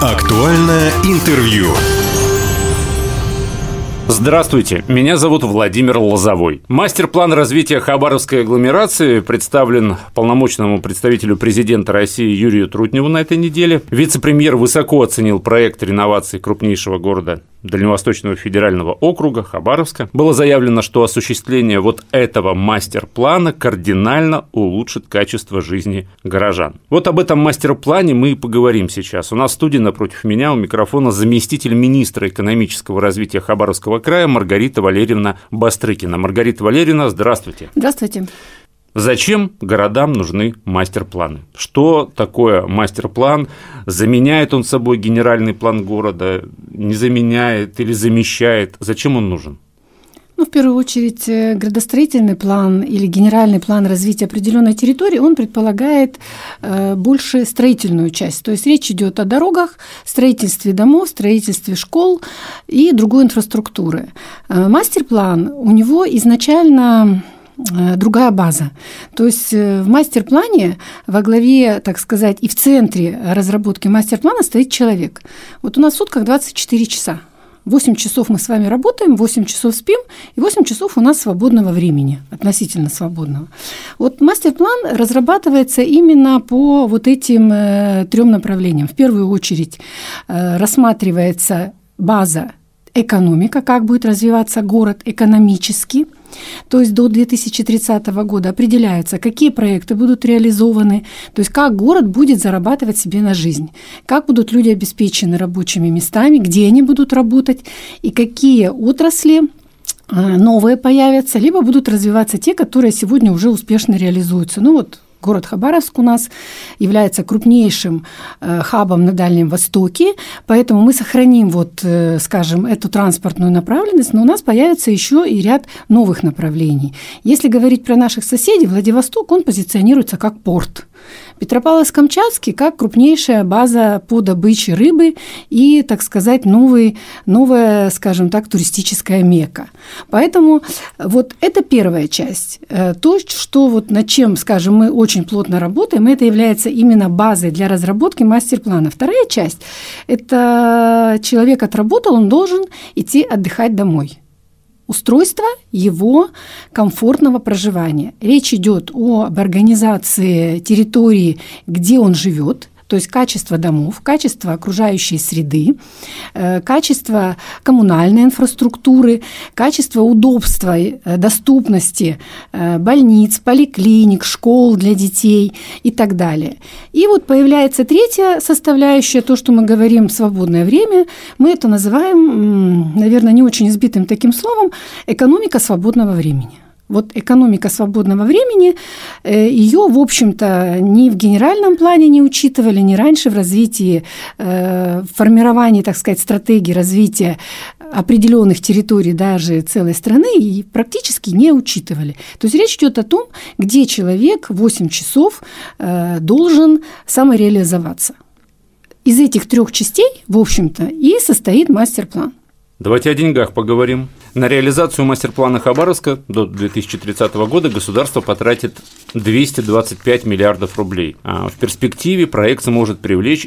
Актуальное интервью. Здравствуйте, меня зовут Владимир Лозовой. Мастер-план развития Хабаровской агломерации представлен полномочному представителю президента России Юрию Трутневу на этой неделе. Вице-премьер высоко оценил проект реновации крупнейшего города Дальневосточного федерального округа Хабаровска. Было заявлено, что осуществление вот этого мастер-плана кардинально улучшит качество жизни горожан. Вот об этом мастер-плане мы и поговорим сейчас. У нас в студии напротив меня у микрофона заместитель министра экономического развития Хабаровского края Маргарита Валерьевна Бастрыкина. Маргарита Валерьевна, здравствуйте. Здравствуйте. Зачем городам нужны мастер-планы? Что такое мастер-план? Заменяет он собой генеральный план города? Не заменяет или замещает? Зачем он нужен? В первую очередь, градостроительный план или генеральный план развития определенной территории, он предполагает больше строительную часть. То есть речь идет о дорогах, строительстве домов, строительстве школ и другой инфраструктуры. Мастер-план, у него изначально другая база. То есть в мастер-плане во главе, так сказать, и в центре разработки мастер-плана стоит человек. Вот у нас в сутках 24 часа. 8 часов мы с вами работаем, 8 часов спим, и 8 часов у нас свободного времени, относительно свободного. Вот мастер-план разрабатывается именно по вот этим 3 направлениям. В первую очередь рассматривается база экономика, как будет развиваться город экономически. То есть до 2030 года определяется, какие проекты будут реализованы, то есть как город будет зарабатывать себе на жизнь, как будут люди обеспечены рабочими местами, где они будут работать и какие отрасли новые появятся, либо будут развиваться те, которые сегодня уже успешно реализуются. Город Хабаровск у нас является крупнейшим хабом на Дальнем Востоке, поэтому мы сохраним, эту транспортную направленность, но у нас появится еще и ряд новых направлений. Если говорить про наших соседей, Владивосток, он позиционируется как порт. Петропавловск-Камчатский как крупнейшая база по добыче рыбы и, так сказать, новая, скажем так, туристическая мекка. Поэтому вот это первая часть. То, что над чем, скажем, мы очень плотно работаем, это является именно базой для разработки мастер-плана. Вторая часть – это человек отработал, он должен идти отдыхать домой. Устройство его комфортного проживания. Речь идет об организации территории, где он живет, то есть качество домов, качество окружающей среды, качество коммунальной инфраструктуры, качество удобства, доступности больниц, поликлиник, школ для детей и так далее. И появляется третья составляющая, то, что мы говорим «свободное время», мы это называем, наверное, не очень избитым таким словом, экономика свободного времени. Экономика свободного времени, ее, в общем-то, ни в генеральном плане не учитывали, ни раньше в развитии, в формировании, так сказать, стратегии развития определенных территорий даже целой страны и практически не учитывали. То есть речь идет о том, где человек 8 часов должен самореализоваться. Из этих 3 частей, в общем-то, и состоит мастер-план. Давайте о деньгах поговорим. На реализацию мастер-плана Хабаровска до 2030 года государство потратит 225 миллиардов рублей. А в перспективе проект сможет привлечь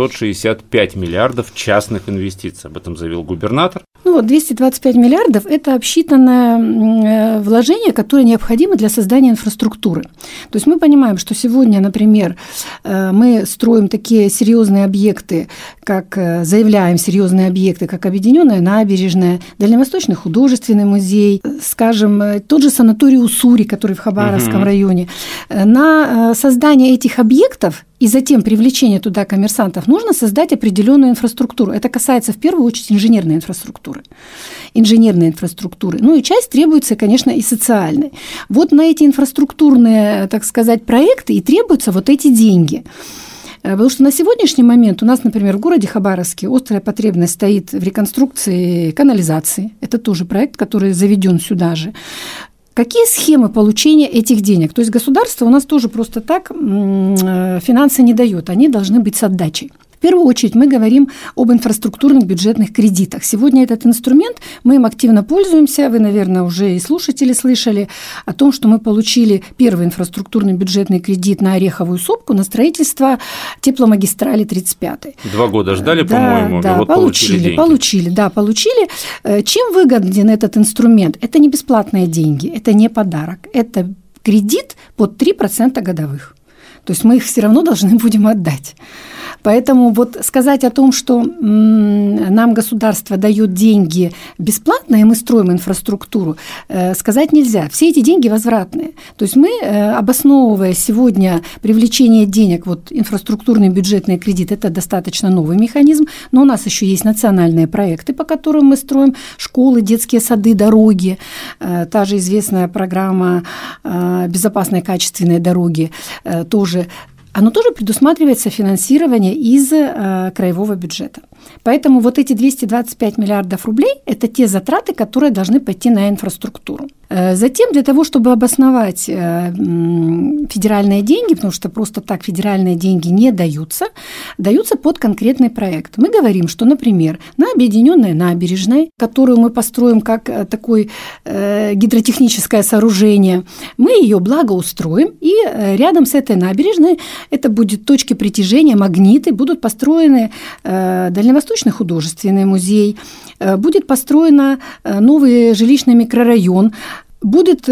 765 миллиардов частных инвестиций. Об этом заявил губернатор. 225 миллиардов – это обсчитанное вложение, которое необходимо для создания инфраструктуры. То есть мы понимаем, что сегодня, например, мы строим такие серьезные объекты, заявляем серьезные объекты, как Объединенная набережная, Дальневосточный художественный музей, скажем, тот же санаторий Уссури, который в Хабаровском районе. На создание этих объектов и затем привлечение туда коммерсантов нужно создать определенную инфраструктуру. Это касается в первую очередь инженерной инфраструктуры. И часть требуется, конечно, и социальной. На эти инфраструктурные, так сказать, проекты и требуются эти деньги. Потому что на сегодняшний момент у нас, например, в городе Хабаровске острая потребность стоит в реконструкции канализации. Это тоже проект, который заведен сюда же. Какие схемы получения этих денег? То есть государство у нас тоже просто так финансы не дает, они должны быть с отдачей. В первую очередь мы говорим об инфраструктурных бюджетных кредитах. Сегодня этот инструмент, мы им активно пользуемся. Вы, наверное, уже и слушатели слышали о том, что мы получили первый инфраструктурный бюджетный кредит на Ореховую сопку на строительство тепломагистрали 35-й. 2 года ждали, по-моему, да, и вот получили деньги. Получили. Чем выгоден этот инструмент? Это не бесплатные деньги, это не подарок, это кредит под 3% годовых. То есть мы их все равно должны будем отдать. Поэтому вот сказать о том, что нам государство дает деньги бесплатно, и мы строим инфраструктуру, сказать нельзя. Все эти деньги возвратные. То есть мы, обосновывая сегодня привлечение денег, вот инфраструктурный бюджетный кредит, это достаточно новый механизм, но у нас еще есть национальные проекты, по которым мы строим школы, детские сады, дороги, та же известная программа «Безопасные качественные дороги» тоже. Оно тоже предусматривает софинансирование из краевого бюджета. Поэтому вот эти 225 миллиардов рублей – это те затраты, которые должны пойти на инфраструктуру. Затем для того, чтобы обосновать федеральные деньги, потому что просто так федеральные деньги не даются под конкретный проект. Мы говорим, что, например, на объединенной набережной, которую мы построим как такое гидротехническое сооружение, мы ее благоустроим, и рядом с этой набережной это будет точки притяжения, магниты, будут построены Дальневосточный художественный музей, будет построен новый жилищный микрорайон, будет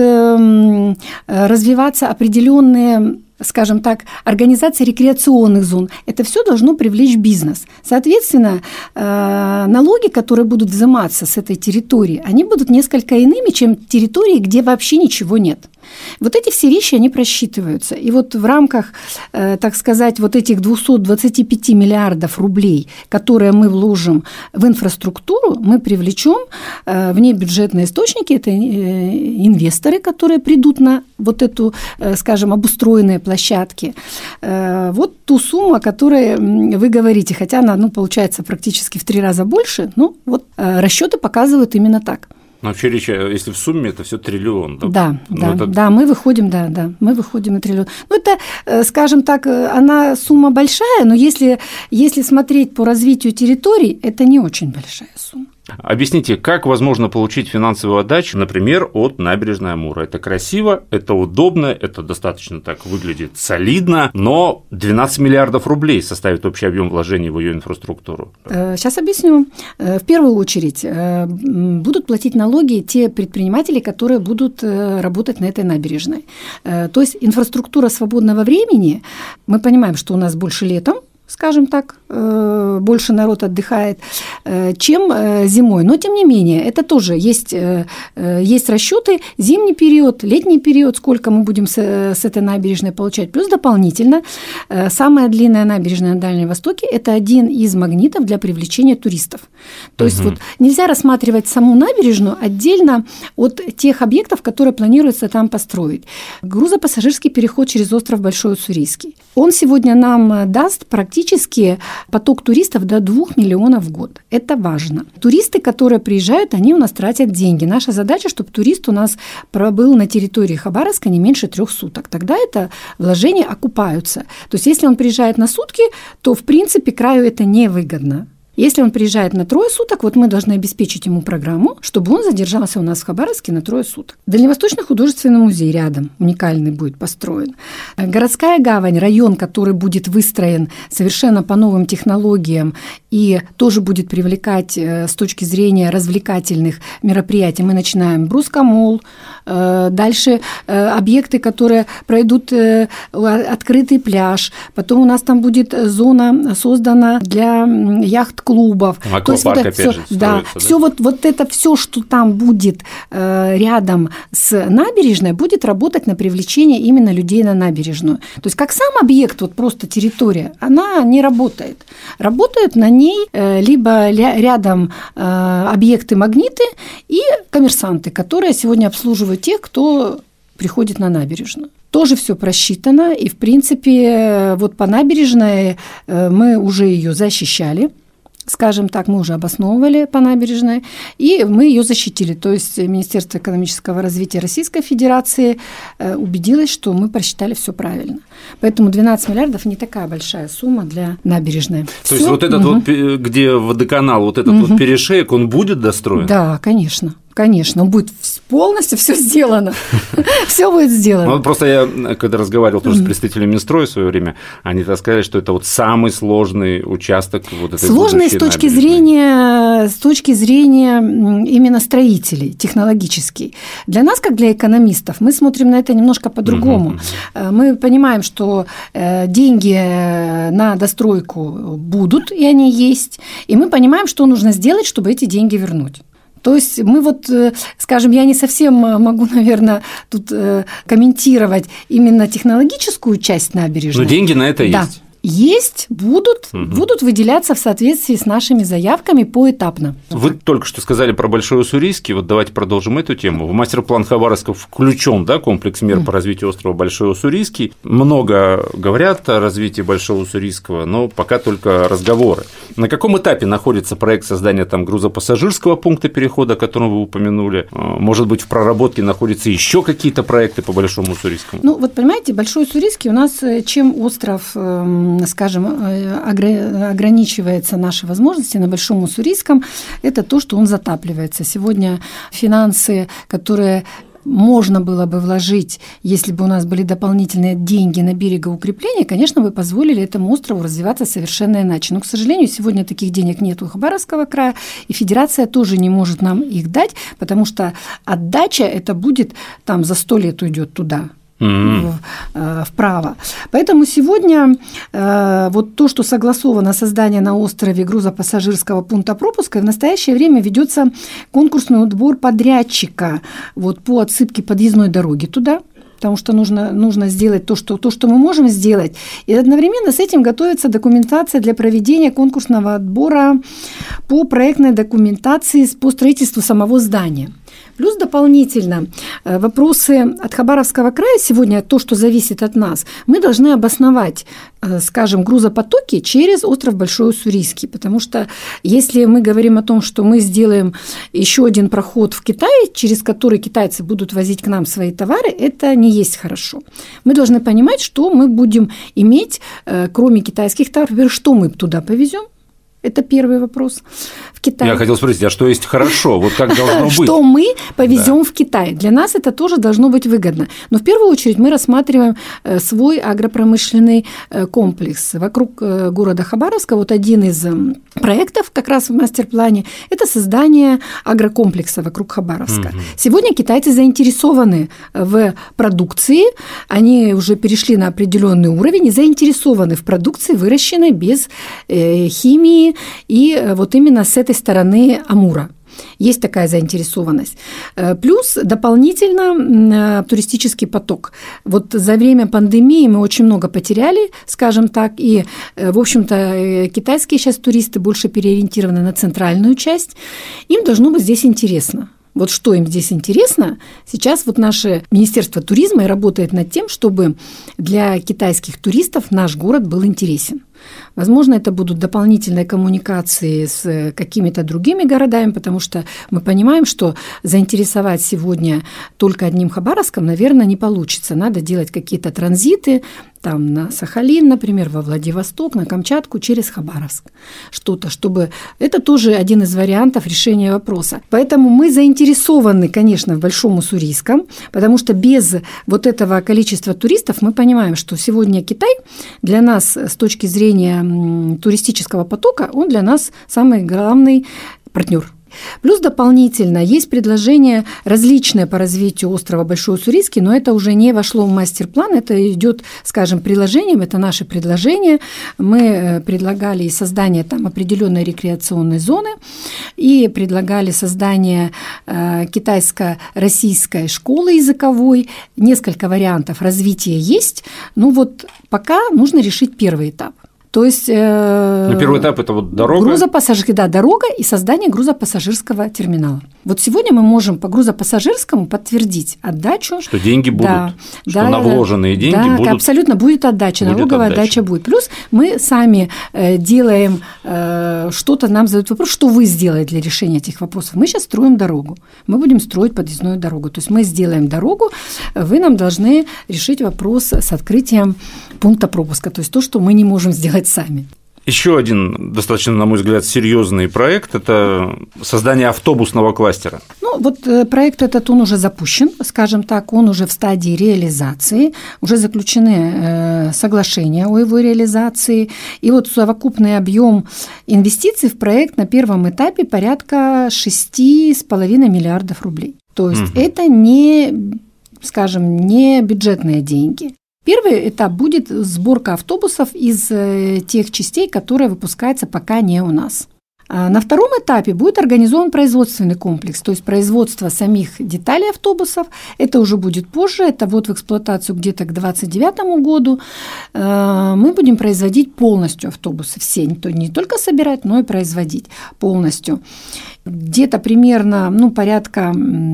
развиваться определенные, скажем так, организации рекреационных зон. Это все должно привлечь бизнес. Соответственно, налоги, которые будут взиматься с этой территории, они будут несколько иными, чем территории, где вообще ничего нет. Вот эти все вещи, они просчитываются. И вот в рамках, так сказать, вот этих 225 миллиардов рублей, которые мы вложим в инфраструктуру, мы привлечем внебюджетные источники, это инвесторы, которые придут на вот эту, скажем, обустроенные площадки. Вот ту сумму, о которой вы говорите, хотя она, получается практически в 3 раза больше, вот расчеты показывают именно так. Но вообще речь, если в сумме, это все триллион. Да, мы выходим на триллион. Это, скажем так, она сумма большая, но если смотреть по развитию территорий, это не очень большая сумма. Объясните, как возможно получить финансовую отдачу, например, от набережной Амура? Это красиво, это удобно, это достаточно так выглядит солидно, но 12 миллиардов рублей составит общий объем вложений в ее инфраструктуру. Сейчас объясню. В первую очередь будут платить налоги те предприниматели, которые будут работать на этой набережной. То есть инфраструктура свободного времени, мы понимаем, что у нас больше летом, скажем так, больше народ отдыхает, чем зимой. Но, тем не менее, это тоже есть расчеты, зимний период, летний период, сколько мы будем с этой набережной получать. Плюс дополнительно, самая длинная набережная на Дальнем Востоке – это один из магнитов для привлечения туристов. То есть вот нельзя рассматривать саму набережную отдельно от тех объектов, которые планируется там построить. Грузопассажирский переход через остров Большой Уссурийский. Он сегодня нам даст практически поток туристов до 2 миллионов в год. Это важно. Туристы, которые приезжают, они у нас тратят деньги. Наша задача, чтобы турист у нас пробыл на территории Хабаровска не меньше 3 суток. Тогда это вложения окупаются. То есть, если он приезжает на сутки, то, в принципе, краю это невыгодно. Если он приезжает на 3 суток, вот мы должны обеспечить ему программу, чтобы он задержался у нас в Хабаровске на 3 суток. Дальневосточный художественный музей рядом, уникальный будет построен. Городская гавань, район, который будет выстроен совершенно по новым технологиям и тоже будет привлекать с точки зрения развлекательных мероприятий. Мы начинаем Брускомол, дальше объекты, которые пройдут открытый пляж, потом у нас там будет зона создана для яхт-клубов. Аквапарк, опять же, да, все вот это все, что там будет рядом с набережной, будет работать на привлечение именно людей на набережную. То есть как сам объект, вот просто территория, она не работает. Работают на ней либо рядом объекты-магниты и коммерсанты, которые сегодня обслуживают тех, кто приходит на набережную. Тоже все просчитано, и, в принципе, вот по набережной мы уже ее защищали. скажем так, мы уже обосновывали по набережной, и мы ее защитили. То есть Министерство экономического развития Российской Федерации убедилось, что мы просчитали все правильно. Поэтому 12 миллиардов не такая большая сумма для набережной. То есть вот этот вот, где водоканал, вот этот вот перешеек, он будет достроен? Да, конечно. Конечно, будет полностью все сделано. Все будет сделано. Ну, просто я, когда разговаривал тоже с представителями Минстроя в свое время, они так сказали, что это вот самый сложный участок вот этой сложный с точки зрения именно строителей, технологический. Для нас, как для экономистов, мы смотрим на это немножко по-другому. Мы понимаем, что деньги на достройку будут, и они есть, и мы понимаем, что нужно сделать, чтобы эти деньги вернуть. То есть мы вот, скажем, я не совсем могу, наверное, тут комментировать именно технологическую часть набережной. Но деньги на это есть. Есть, будут выделяться в соответствии с нашими заявками поэтапно. Вы только что сказали про Большой Уссурийский, вот давайте продолжим эту тему. В мастер-план Хабаровска включен, да, комплекс мер по развитию острова Большой Уссурийский. Много говорят о развитии Большого Уссурийского, но пока только разговоры. На каком этапе находится проект создания там грузопассажирского пункта перехода, о котором вы упомянули? Может быть, в проработке находятся еще какие-то проекты по Большому Уссурийскому? Ну, вот понимаете, Большой Уссурийский у нас, чем остров, скажем, ограничивается наши возможности на Большом Уссурийском, это то, что он затапливается. Сегодня финансы, которые можно было бы вложить, если бы у нас были дополнительные деньги на берегоукрепление, конечно, бы позволили этому острову развиваться совершенно иначе. Но, к сожалению, сегодня таких денег нет у Хабаровского края, и Федерация тоже не может нам их дать, потому что отдача это будет там за 100 лет уйдет туда. Вправо. Поэтому сегодня вот то, что согласовано создание на острове грузопассажирского пункта пропуска, в настоящее время ведется конкурсный отбор подрядчика вот, по отсыпке подъездной дороги туда, потому что нужно сделать то, что мы можем сделать. И одновременно с этим готовится документация для проведения конкурсного отбора по проектной документации по строительству самого здания. Плюс дополнительно вопросы от Хабаровского края сегодня, то, что зависит от нас, мы должны обосновать, скажем, грузопотоки через остров Большой Уссурийский, потому что если мы говорим о том, что мы сделаем еще один проход в Китай, через который китайцы будут возить к нам свои товары, это не есть хорошо. Мы должны понимать, что мы будем иметь, кроме китайских товаров, что мы туда повезем. Это первый вопрос в Китай. Я хотел спросить, а что есть хорошо? Вот как должно быть? Что мы повезем в Китай. Для нас это тоже должно быть выгодно. Но в первую очередь мы рассматриваем свой агропромышленный комплекс. Вокруг города Хабаровска вот один из проектов как раз в мастер-плане – это создание агрокомплекса вокруг Хабаровска. Сегодня китайцы заинтересованы в продукции, они уже перешли на определенный уровень и заинтересованы в продукции, выращенной без химии, и вот именно с этой стороны Амура. Есть такая заинтересованность. Плюс дополнительно туристический поток. Вот за время пандемии мы очень много потеряли, скажем так, и, в общем-то, китайские сейчас туристы больше переориентированы на центральную часть. Им должно быть здесь интересно. Вот что им здесь интересно, сейчас вот наше Министерство туризма и работает над тем, чтобы для китайских туристов наш город был интересен. Возможно, это будут дополнительные коммуникации с какими-то другими городами, потому что мы понимаем, что заинтересовать сегодня только одним Хабаровском, наверное, не получится. Надо делать какие-то транзиты там, на Сахалин, например, во Владивосток, на Камчатку через Хабаровск. Что-то, чтобы… Это тоже один из вариантов решения вопроса. Поэтому мы заинтересованы, конечно, в Большом Уссурийском, потому что без вот этого количества туристов мы понимаем, что сегодня Китай для нас с точки зрения туристического потока, он для нас самый главный партнер. Плюс дополнительно есть предложения различные по развитию острова Большой Уссурийский, но это уже не вошло в мастер-план, это идет, скажем, приложением, это наши предложения. Мы предлагали создание там определенной рекреационной зоны и предлагали создание китайско-российской школы языковой. Несколько вариантов развития есть, но вот пока нужно решить первый этап. То есть первый этап – это вот дорога? Дорога и создание грузопассажирского терминала. Вот сегодня мы можем по грузопассажирскому подтвердить отдачу. Что деньги будут, что на вложенные деньги будут. Абсолютно будет отдача, налоговая отдача будет. Плюс мы сами делаем что-то, нам задают вопрос, что вы сделаете для решения этих вопросов. Мы сейчас строим дорогу, мы будем строить подъездную дорогу. То есть мы сделаем дорогу, вы нам должны решить вопрос с открытием пункта пропуска, то есть то, что мы не можем сделать сами. Еще один достаточно, на мой взгляд, серьезный проект – это создание автобусного кластера. Ну, вот проект этот, он уже запущен, скажем так, он уже в стадии реализации, уже заключены соглашения о его реализации, и вот совокупный объем инвестиций в проект на первом этапе порядка 6,5 миллиардов рублей. То есть это не, скажем, не бюджетные деньги. Первый этап будет сборка автобусов из тех частей, которые выпускаются пока не у нас. На втором этапе будет организован производственный комплекс, то есть производство самих деталей автобусов. Это уже будет позже, это вот в эксплуатацию где-то к 2029 году. Мы будем производить полностью автобусы все, не только собирать, но и производить полностью. Где-то примерно порядка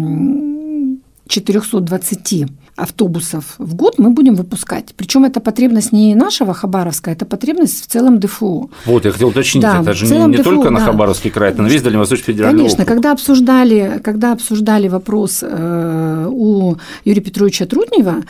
420 автобусов в год мы будем выпускать. Причем это потребность не нашего Хабаровска, это потребность в целом ДФО. Вот, я хотел уточнить, это же не ДФО, только на Хабаровский край, это на весь Дальневосточный федеральный округ. Конечно, когда обсуждали вопрос у Юрия Петровича Трутнева,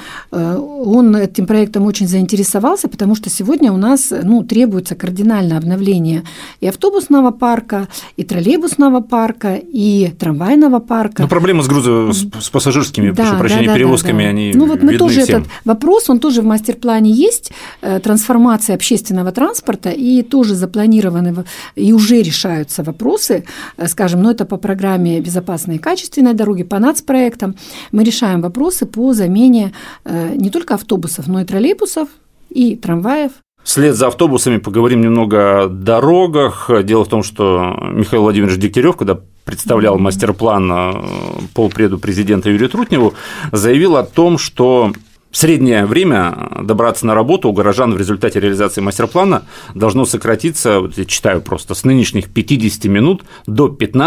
он этим проектом очень заинтересовался, потому что сегодня у нас требуется кардинальное обновление и автобусного парка, и троллейбусного парка, и трамвайного парка. Но проблема с пассажирскими, прошу прощения, перевозками, они вот мы тоже всем. Этот вопрос, он тоже в мастер-плане есть, трансформация общественного транспорта, и тоже запланированы, и уже решаются вопросы, скажем, это по программе «Безопасные и качественные дороги», по нацпроектам. Мы решаем вопросы по замене не только автобусов, но и троллейбусов, и трамваев. Вслед за автобусами поговорим немного о дорогах. Дело в том, что Михаил Владимирович Дегтярев, когда представлял мастер-план полпреду президента Юрию Трутневу, заявил о том, что среднее время добраться на работу у горожан в результате реализации мастер-плана должно сократиться, вот я читаю просто, с нынешних 50 минут до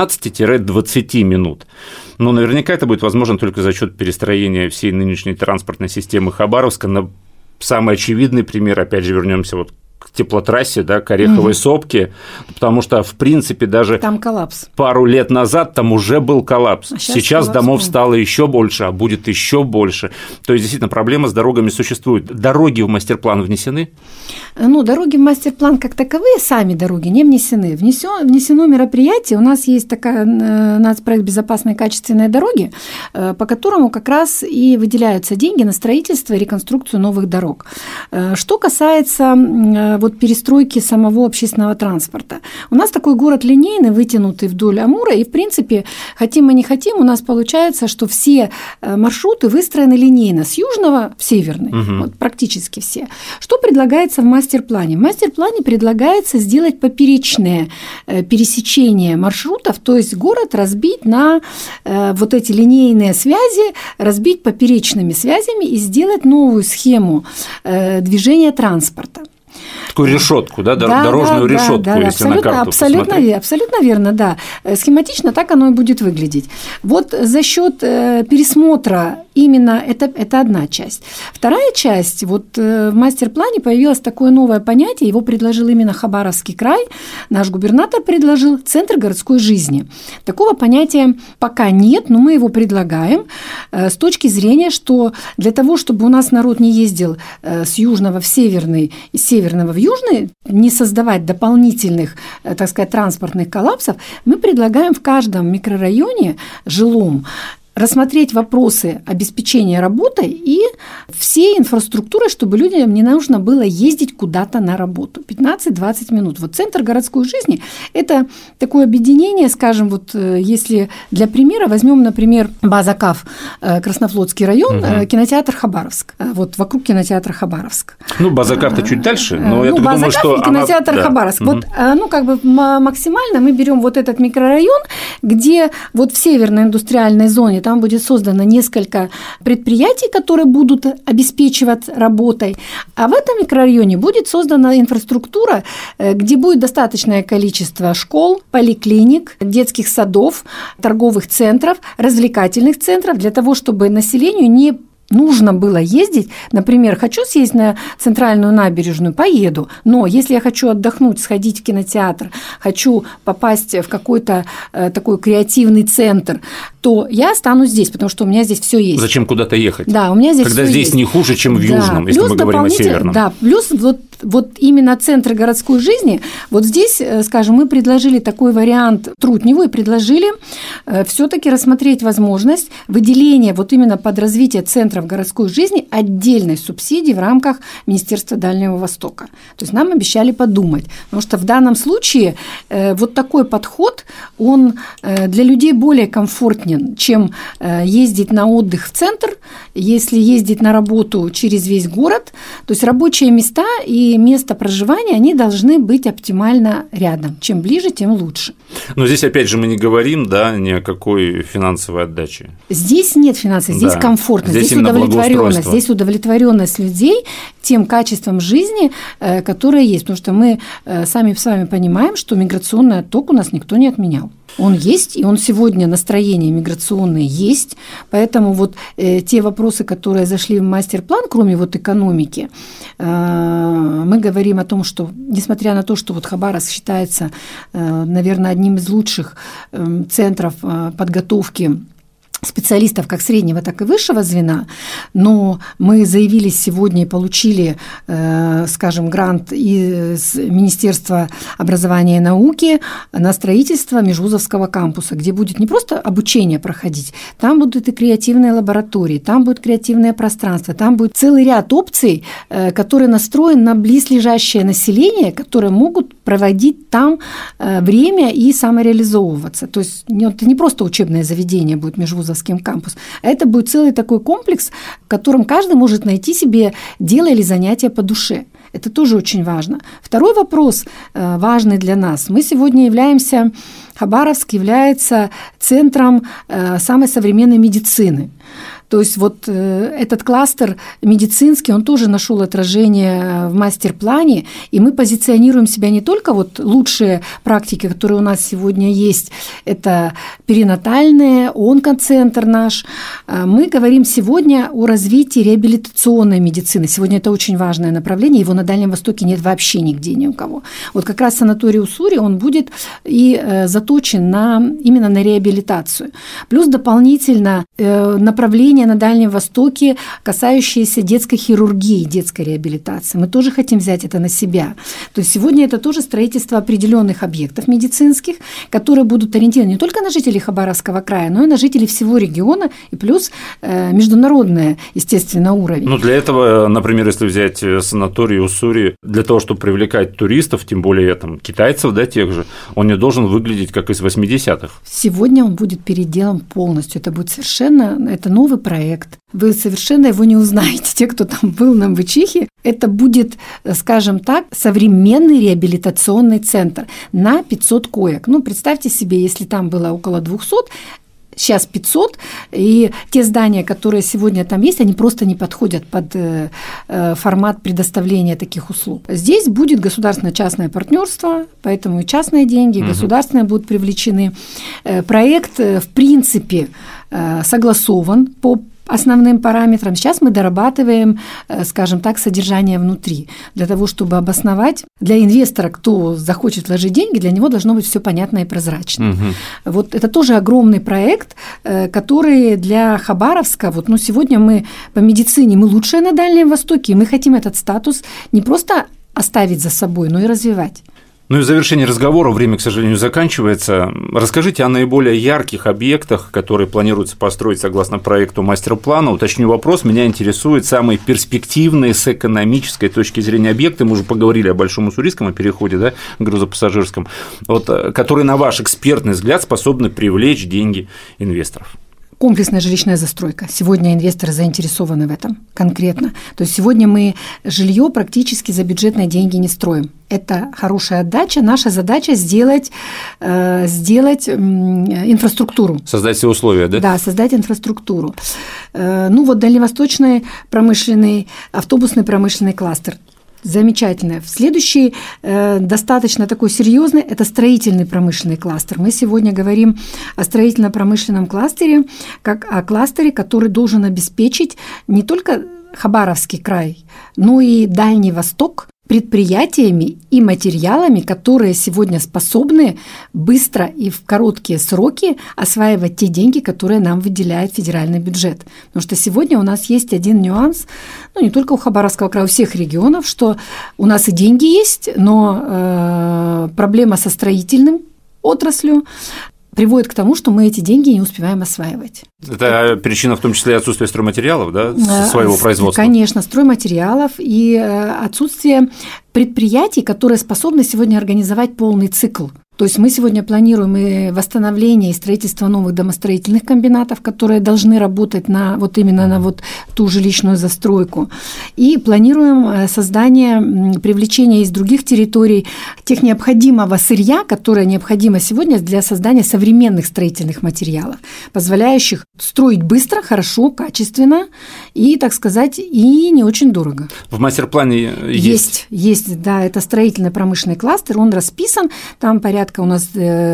15-20 минут. Но наверняка это будет возможно только за счет перестроения всей нынешней транспортной системы Хабаровска на самый очевидный пример, опять же, вернемся вот к теплотрассе, к Ореховой сопке, потому что, в принципе, даже там коллапс. Пару лет назад там уже был коллапс. Сейчас коллапс, домов стало еще больше, а будет еще больше. То есть, действительно, проблема с дорогами существует. Дороги в мастер-план внесены? Дороги в мастер-план как таковые, сами дороги не внесены. Внесено мероприятие, у нас есть такая нацпроект «Безопасные и качественные дороги», по которому как раз и выделяются деньги на строительство и реконструкцию новых дорог. Что касается перестройки самого общественного транспорта. У нас такой город линейный, вытянутый вдоль Амура, и, в принципе, хотим мы не хотим, у нас получается, что все маршруты выстроены линейно, с южного в северный, практически все. Что предлагается в мастер-плане? В мастер-плане предлагается сделать поперечное пересечение маршрутов, то есть город разбить на вот эти линейные связи, разбить поперечными связями и сделать новую схему движения транспорта. Такую решетку, дорожную решетку, если на карту посмотреть. Абсолютно верно, да. Схематично так оно и будет выглядеть. Вот за счет пересмотра именно это одна часть. Вторая часть, в мастер-плане появилось такое новое понятие, его предложил именно Хабаровский край, наш губернатор предложил центр городской жизни. Такого понятия пока нет, но мы его предлагаем с точки зрения, что для того, чтобы у нас народ не ездил с южного в северный, из северного в южный, не создавать дополнительных, так сказать, транспортных коллапсов, мы предлагаем в каждом микрорайоне жилом рассмотреть вопросы обеспечения работой и всей инфраструктуры, чтобы людям не нужно было ездить куда-то на работу. 15-20 минут. Центр городской жизни – это такое объединение, скажем, если для примера возьмем, например, база КАФ, Краснофлотский район, кинотеатр Хабаровск. Вокруг кинотеатра Хабаровск. База КАФ-то чуть дальше, но я думаю, что кинотеатр Хабаровск. Максимально мы берем этот микрорайон, где в северной индустриальной зоне там будет создано несколько предприятий, которые будут обеспечивать работой, а в этом микрорайоне будет создана инфраструктура, где будет достаточное количество школ, поликлиник, детских садов, торговых центров, развлекательных центров для того, чтобы населению не нужно было ездить, например, хочу съездить на центральную набережную, поеду, но если я хочу отдохнуть, сходить в кинотеатр, хочу попасть в какой-то такой креативный центр, то я останусь здесь, потому что у меня здесь все есть. Зачем куда-то ехать? Да, у меня здесь когда всё здесь есть. не хуже, чем в Южном, если мы говорим о Северном. Да, плюс вот именно центр городской жизни, вот здесь, скажем, мы предложили такой вариант Трутневу и предложили все-таки рассмотреть возможность выделения вот именно под развитие центров городской жизни отдельной субсидии в рамках Министерства Дальнего Востока. То есть нам обещали подумать, потому что в данном случае вот такой подход, он для людей более комфортен, чем ездить на отдых в центр, если ездить на работу через весь город. То есть рабочие места и место проживания, они должны быть оптимально рядом. Чем ближе, тем лучше. Но здесь, опять же, мы не говорим, да, ни о какой финансовой отдаче. Здесь нет финансов, здесь комфортно, здесь удовлетворенность, здесь удовлетворенность людей тем качеством жизни, которое есть. Потому что мы сами с вами понимаем, что миграционный отток у нас никто не отменял. Он есть, и он сегодня, настроения миграционные есть, поэтому вот те вопросы, которые зашли в мастер-план, кроме вот экономики, мы говорим о том, что, несмотря на то, что вот Хабаровск считается, наверное, одним из лучших центров подготовки специалистов как среднего, так и высшего звена, но мы заявились сегодня и получили, скажем, грант из Министерства образования и науки на строительство межвузовского кампуса, где будет не просто обучение проходить, там будут и креативные лаборатории, там будет креативное пространство, там будет целый ряд опций, который настроен на близлежащее население, которые могут проводить там время и самореализовываться. То есть это не просто учебное заведение будет межвузовским кампус, а это будет целый такой комплекс, в котором каждый может найти себе дело или занятие по душе. Это тоже очень важно. Второй вопрос важный для нас. Мы сегодня являемся, Хабаровск является центром самой современной медицины. То есть вот этот кластер медицинский, он тоже нашел отражение в мастер-плане, и мы позиционируем себя не только вот лучшие практики, которые у нас сегодня есть, это перинатальные, онкоцентр наш. Мы говорим сегодня о развитии реабилитационной медицины. Сегодня это очень важное направление, его на Дальнем Востоке нет вообще нигде ни у кого. Вот как раз санаторий Уссури, он будет и заточен именно на реабилитацию. Плюс дополнительно направление на Дальнем Востоке, касающиеся детской хирургии, детской реабилитации. Мы тоже хотим взять это на себя. То есть сегодня это тоже строительство определенных объектов медицинских, которые будут ориентированы не только на жителей Хабаровского края, но и на жителей всего региона, и плюс международный, естественно, уровень. Ну, для этого, например, если взять санаторий Уссури, для того, чтобы привлекать туристов, тем более там, китайцев, да, тех же, он не должен выглядеть как из 80-х. Сегодня он будет переделан полностью. Это будет совершенно, это новый проект. Вы совершенно его не узнаете, те, кто там был на Бычихе. Это будет, скажем так, современный реабилитационный центр на 500 коек. Ну, представьте себе, если там было около 200, сейчас 500, и те здания, которые сегодня там есть, они просто не подходят под формат предоставления таких услуг. Здесь будет государственно-частное партнерство, поэтому и частные деньги, и государственные будут привлечены. Проект, в принципе, согласован по основным параметрам. Сейчас мы дорабатываем, скажем так, содержание внутри. Для того, чтобы обосновать, для инвестора, кто захочет вложить деньги, для него должно быть все понятно и прозрачно. Вот это тоже огромный проект, который для Хабаровска, вот, ну, сегодня мы по медицине, мы лучшие на Дальнем Востоке, и мы хотим этот статус не просто оставить за собой, но и развивать. Ну и в завершении разговора, время, к сожалению, заканчивается. Расскажите о наиболее ярких объектах, которые планируется построить согласно проекту мастер-плана. Уточню вопрос, меня интересуют самые перспективные с экономической точки зрения объекты. Мы уже поговорили о Большом Уссурийском, о переходе, да, грузопассажирском, вот, которые, на ваш экспертный взгляд, способны привлечь деньги инвесторов. комплексная жилищная застройка. Сегодня инвесторы заинтересованы в этом конкретно. То есть сегодня мы жилье практически за бюджетные деньги не строим. Это хорошая отдача. Наша задача сделать инфраструктуру. Создать все условия, да? Да, создать инфраструктуру. Дальневосточный промышленный, автобусный промышленный кластер. Замечательно. Следующий, достаточно такой серьезный, это строительный промышленный кластер. Мы сегодня говорим о строительно-промышленном кластере, как о кластере, который должен обеспечить не только Хабаровский край, но и Дальний Восток предприятиями и материалами, которые сегодня способны быстро и в короткие сроки осваивать те деньги, которые нам выделяет федеральный бюджет. Потому что сегодня у нас есть один нюанс, не только у Хабаровского края, у всех регионов, что у нас и деньги есть, но проблема со строительным отраслью приводит к тому, что мы эти деньги не успеваем осваивать. Это причина в том числе отсутствия стройматериалов, да, своего производства? Конечно, стройматериалов и отсутствие предприятий, которые способны сегодня организовать полный цикл. То есть мы сегодня планируем и восстановление и строительство новых домостроительных комбинатов, которые должны работать на ту жилищную застройку. И планируем привлечение из других территорий тех необходимого сырья, которое необходимо сегодня для создания современных строительных материалов, позволяющих строить быстро, хорошо, качественно и, так сказать, и не очень дорого. В мастер-плане есть? Есть, да, это строительно-промышленный кластер, он расписан, там порядка у нас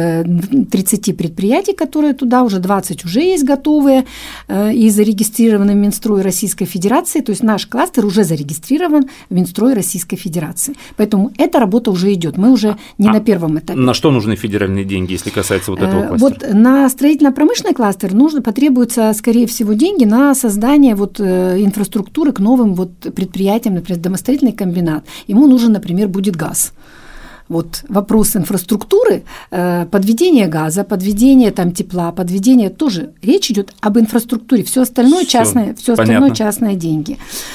30 предприятий, которые туда, уже 20 уже есть готовые и зарегистрированы в Минстрое Российской Федерации, то есть наш кластер уже зарегистрирован в Минстрое Российской Федерации. Поэтому эта работа уже идет, мы уже не на первом этапе. На что нужны федеральные деньги, если касается этого кластера? На строительно-промышленный кластер потребуются, скорее всего, деньги на создание инфраструктуры к новым предприятиям, например, домостроительный комбинат. Ему нужен, например, будет газ. Вопрос инфраструктуры, подведение газа, подведение тепла, подведение тоже. Речь идет об инфраструктуре. Все остальное частные деньги.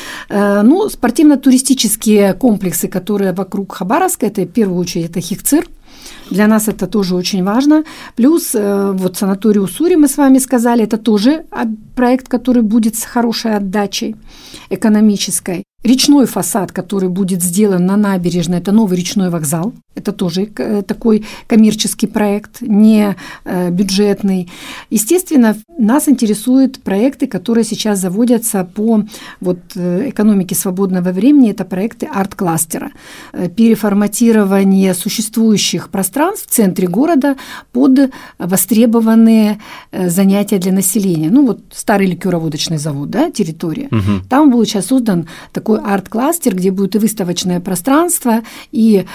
Спортивно-туристические комплексы, которые вокруг Хабаровска, это в первую очередь это Хихцир. Для нас это тоже очень важно. Плюс санаторий Уссури, мы с вами сказали, это тоже проект, который будет с хорошей отдачей экономической. Речной фасад, который будет сделан на набережной, это новый речной вокзал. Это тоже такой коммерческий проект, не бюджетный. Естественно, нас интересуют проекты, которые сейчас заводятся по экономике свободного времени. Это проекты арт-кластера. Переформатирование существующих пространств в центре города под востребованные занятия для населения. Старый ликероводочный завод, да, территория. Угу. Там будет сейчас создан такой арт-кластер, где будет и выставочное пространство, и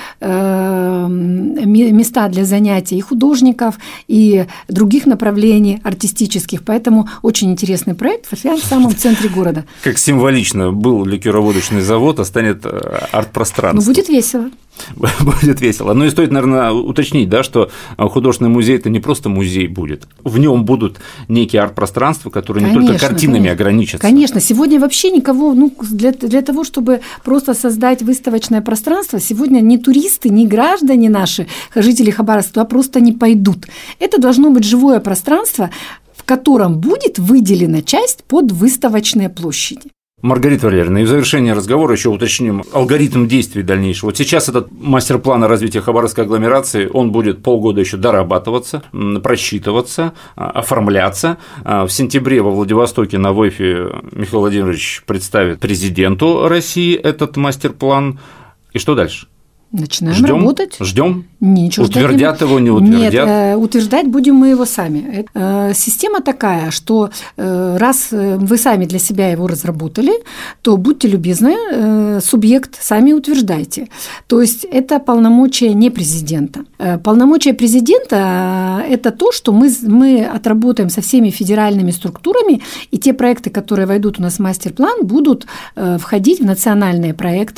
места для занятий и художников, и других направлений артистических. Поэтому очень интересный проект в самом центре города. Как символично, был ликероводочный завод, а станет арт-пространство. Будет весело. Будет весело. И стоит, наверное, уточнить, да, что художественный музей – это не просто музей будет. В нем будут некие арт-пространства, которые не только картинами ограничатся. Конечно. Сегодня вообще никого, для того, чтобы просто создать выставочное пространство, сегодня ни туристы, ни граждане наши, жители Хабаровска, туда просто не пойдут. Это должно быть живое пространство, в котором будет выделена часть под выставочные площади. Маргарита Валерьевна, и в завершение разговора еще уточним алгоритм действий дальнейшего. Сейчас этот мастер-план развития Хабаровской агломерации, он будет полгода еще дорабатываться, просчитываться, оформляться. В сентябре во Владивостоке на ВЭФе Михаил Владимирович представит президенту России этот мастер-план. И что дальше? Начинаем работать. Ждем? Ничего утвердят его, не утвердят? Нет, утверждать будем мы его сами. Система такая, что раз вы сами для себя его разработали, то будьте любезны, субъект сами утверждайте. То есть это полномочия не президента. Полномочия президента – это то, что мы отработаем со всеми федеральными структурами, и те проекты, которые войдут у нас в мастер-план, будут входить в национальные проекты,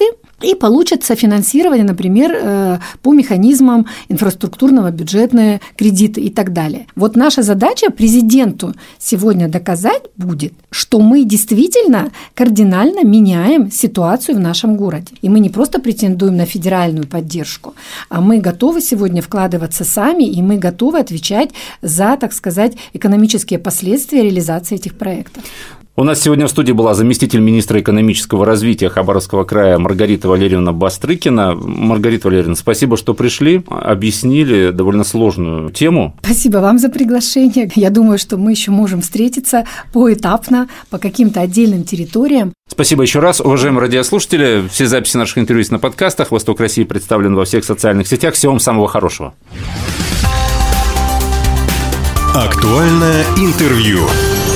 и получат софинансирование, например, по механизмам инфраструктурного бюджетные кредиты и так далее. Вот наша задача президенту сегодня доказать будет, что мы действительно кардинально меняем ситуацию в нашем городе. И мы не просто претендуем на федеральную поддержку, а мы готовы сегодня вкладываться сами, и мы готовы отвечать за, так сказать, экономические последствия реализации этих проектов. У нас сегодня в студии была заместитель министра экономического развития Хабаровского края Маргарита Валерьевна Бастрыкина. Маргарита Валерьевна, спасибо, что пришли, объяснили довольно сложную тему. Спасибо вам за приглашение. Я думаю, что мы еще можем встретиться поэтапно по каким-то отдельным территориям. Спасибо еще раз. Уважаемые радиослушатели, все записи наших интервью есть на подкастах. «Восток России» представлен во всех социальных сетях. Всего вам самого хорошего. Актуальное интервью.